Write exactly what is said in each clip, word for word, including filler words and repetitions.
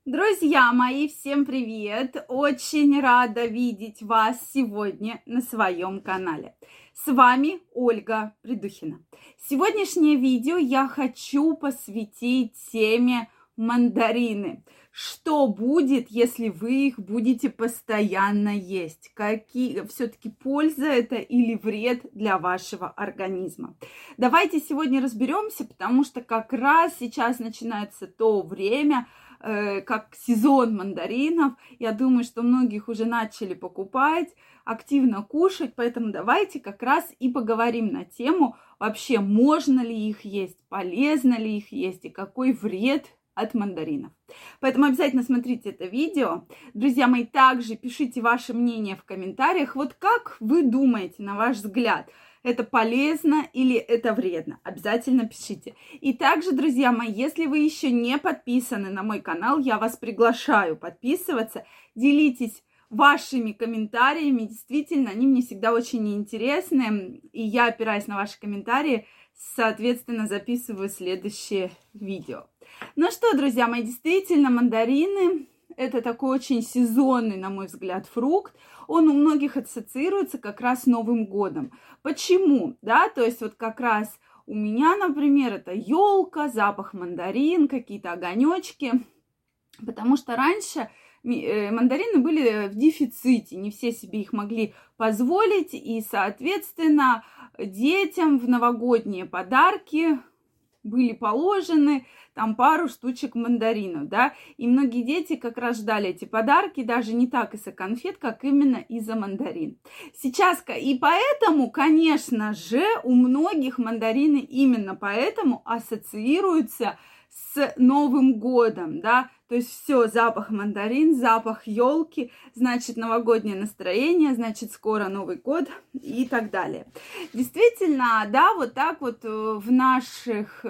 Друзья мои, всем привет! Очень рада видеть вас сегодня на своем канале. С вами Ольга Придухина. Сегодняшнее видео я хочу посвятить теме мандарины. Что будет, если вы их будете постоянно есть? Какие все-таки польза это или вред для вашего организма? Давайте сегодня разберемся, потому что как раз сейчас начинается то время, как сезон мандаринов. Я думаю, что многих уже начали покупать, активно кушать, поэтому давайте как раз и поговорим на тему, вообще можно ли их есть, полезно ли их есть и какой вред от мандаринов. Поэтому обязательно смотрите это видео. Друзья мои, также пишите ваше мнение в комментариях. Вот как вы думаете, на ваш взгляд, это полезно или это вредно? Обязательно пишите. И также, друзья мои, если вы еще не подписаны на мой канал, я вас приглашаю подписываться. Делитесь вашими комментариями. Действительно, они мне всегда очень интересны. И я, опираясь на ваши комментарии, соответственно, записываю следующее видео. Ну что, друзья мои, действительно, мандарины – это такой очень сезонный, на мой взгляд, фрукт. Он у многих ассоциируется как раз с Новым годом. Почему? Да, то есть вот как раз у меня, например, это елка, запах мандарин, какие-то огонечки. Потому что раньше мандарины были в дефиците, не все себе их могли позволить. И, соответственно, детям в новогодние подарки были положены там пару штучек мандаринов, да, и многие дети как раз ждали эти подарки, даже не так из-за конфет, как именно из-за мандарин. Сейчас, и поэтому, конечно же, у многих мандарины именно поэтому ассоциируются с Новым годом, да, то есть все, запах мандарин, запах елки, значит, новогоднее настроение, значит, скоро Новый год и так далее. Действительно, да, вот так вот в наших,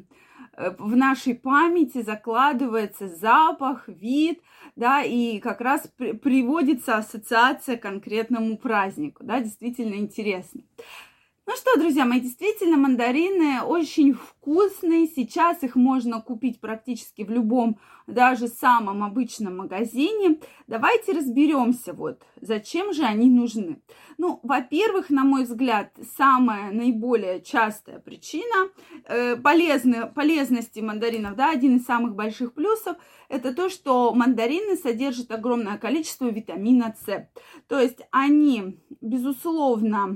в нашей памяти закладывается запах, вид, да, и как раз при, приводится ассоциация к конкретному празднику, да, действительно интересно. Ну что, друзья мои, действительно, мандарины очень вкусные. Сейчас их можно купить практически в любом, даже самом обычном магазине. Давайте разберемся, вот, зачем же они нужны. Ну, во-первых, на мой взгляд, самая наиболее частая причина э, полезны, полезности мандаринов, да, один из самых больших плюсов, это то, что мандарины содержат огромное количество витамина С. То есть они, безусловно,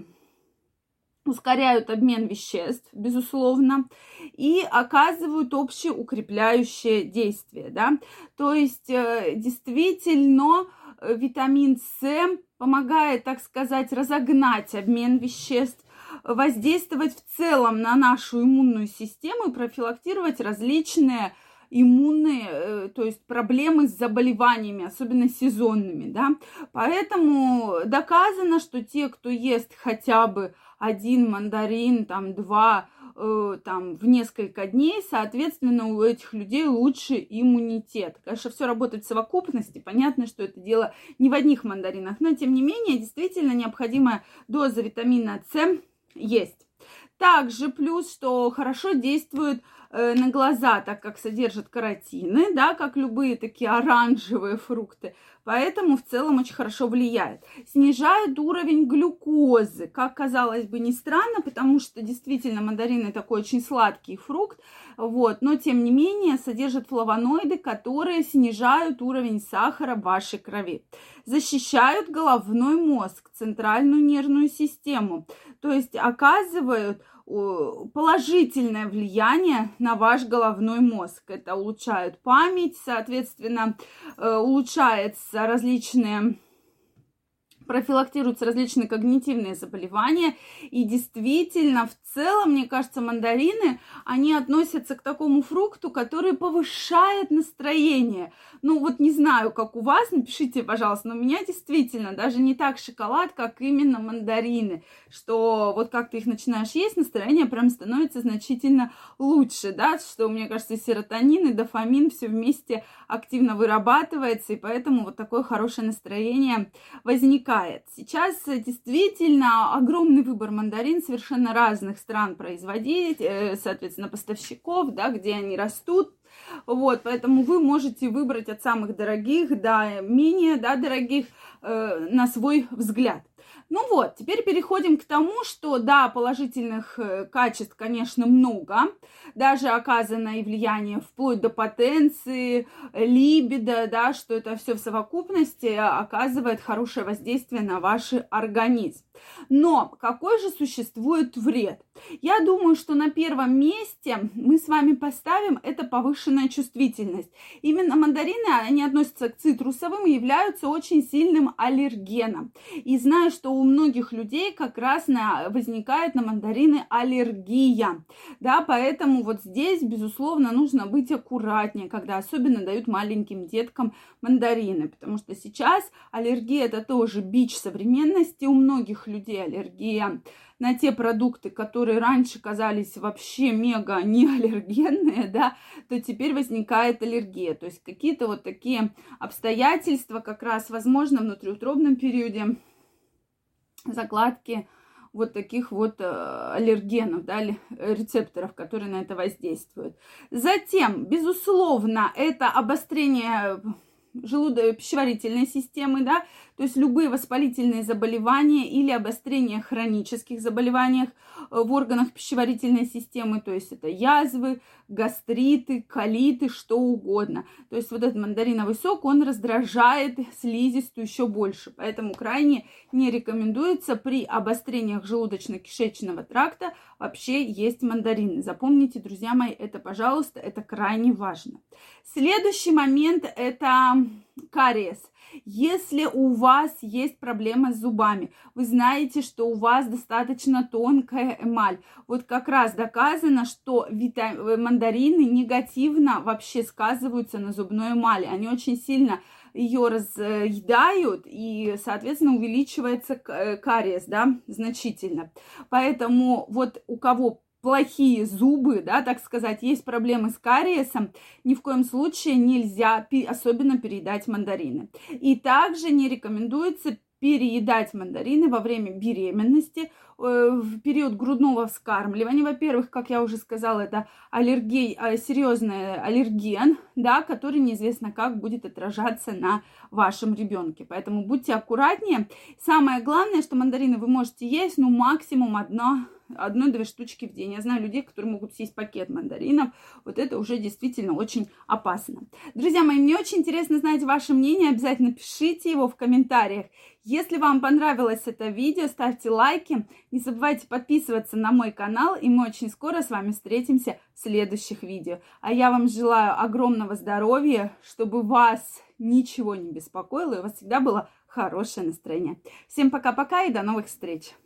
ускоряют обмен веществ, безусловно, и оказывают общеукрепляющее действие, да. То есть, действительно, витамин С помогает, так сказать, разогнать обмен веществ, воздействовать в целом на нашу иммунную систему и профилактировать различные иммунные, то есть проблемы с заболеваниями, особенно сезонными, да. Поэтому доказано, что те, кто ест хотя бы один мандарин, там, два, э, там, в несколько дней, соответственно, у этих людей лучше иммунитет. Конечно, все работает в совокупности, понятно, что это дело не в одних мандаринах, но, тем не менее, действительно, необходимая доза витамина С есть. Также плюс, что хорошо действует э, на глаза, так как содержат каротины, да, как любые такие оранжевые фрукты. Поэтому в целом очень хорошо влияет. Снижает уровень глюкозы, как казалось бы, не странно, потому что действительно мандарины такой очень сладкий фрукт, вот, но тем не менее содержит флавоноиды, которые снижают уровень сахара в вашей крови. Защищают головной мозг, центральную нервную систему, то есть оказывают положительное влияние на ваш головной мозг. Это улучшает память, соответственно, улучшаются различные, профилактируются различные когнитивные заболевания. И действительно, в целом, мне кажется, мандарины, они относятся к такому фрукту, который повышает настроение. Ну, вот не знаю, как у вас, напишите, пожалуйста, но у меня действительно даже не так шоколад, как именно мандарины, что вот как ты их начинаешь есть, настроение прям становится значительно лучше, да, что, мне кажется, серотонин и дофамин все вместе активно вырабатывается, и поэтому вот такое хорошее настроение возникает. Сейчас действительно огромный выбор мандарин совершенно разных стран производить, соответственно, поставщиков, да, где они растут. Вот, поэтому вы можете выбрать от самых дорогих до менее, да, дорогих э, на свой взгляд. Ну вот, теперь переходим к тому, что, да, положительных качеств, конечно, много. Даже оказано и влияние вплоть до потенции, либидо, да, что это все в совокупности оказывает хорошее воздействие на ваш организм. Но какой же существует вред? Я думаю, что на первом месте мы с вами поставим это повышенная чувствительность. Именно мандарины, они относятся к цитрусовым и являются очень сильным аллергеном. И знаю, что у многих людей как раз на, возникает на мандарины аллергия. Да, поэтому вот здесь, безусловно, нужно быть аккуратнее, когда особенно дают маленьким деткам мандарины. Потому что сейчас аллергия – это тоже бич современности. У многих людей аллергия на те продукты, которые раньше казались вообще мега неаллергенные, да, то теперь возникает аллергия. То есть какие-то вот такие обстоятельства, как раз, возможно, в внутриутробном периоде закладки вот таких вот аллергенов, да, рецепторов, которые на это воздействуют. Затем, безусловно, это обострение желудочно-пищеварительной системы, да, то есть любые воспалительные заболевания или обострение хронических заболеваний в органах пищеварительной системы, то есть это язвы, гастриты, колиты, что угодно. То есть вот этот мандариновый сок, он раздражает слизистую еще больше, поэтому крайне не рекомендуется при обострениях желудочно-кишечного тракта вообще есть мандарины. Запомните, друзья мои, это, пожалуйста, это крайне важно. Следующий момент – это кариес. Если у вас есть проблема с зубами, вы знаете, что у вас достаточно тонкая эмаль. Вот как раз доказано, что витам... мандарины негативно вообще сказываются на зубной эмали. Они очень сильно ее разъедают, и, соответственно, увеличивается кариес, да, значительно. Поэтому вот у кого плохие зубы, да, так сказать, есть проблемы с кариесом, ни в коем случае нельзя особенно переедать мандарины. И также не рекомендуется переедать мандарины во время беременности, в период грудного вскармливания. Во-первых, как я уже сказала, это аллергей, серьезный аллерген, да, который неизвестно как будет отражаться на вашем ребенке. Поэтому будьте аккуратнее. Самое главное, что мандарины вы можете есть, ну, максимум одна одной-две штучки в день. Я знаю людей, которые могут съесть пакет мандаринов. Вот это уже действительно очень опасно. Друзья мои, мне очень интересно знать ваше мнение. Обязательно пишите его в комментариях. Если вам понравилось это видео, ставьте лайки. Не забывайте подписываться на мой канал. И мы очень скоро с вами встретимся в следующих видео. А я вам желаю огромного здоровья, чтобы вас ничего не беспокоило, и у вас всегда было хорошее настроение. Всем пока-пока и до новых встреч!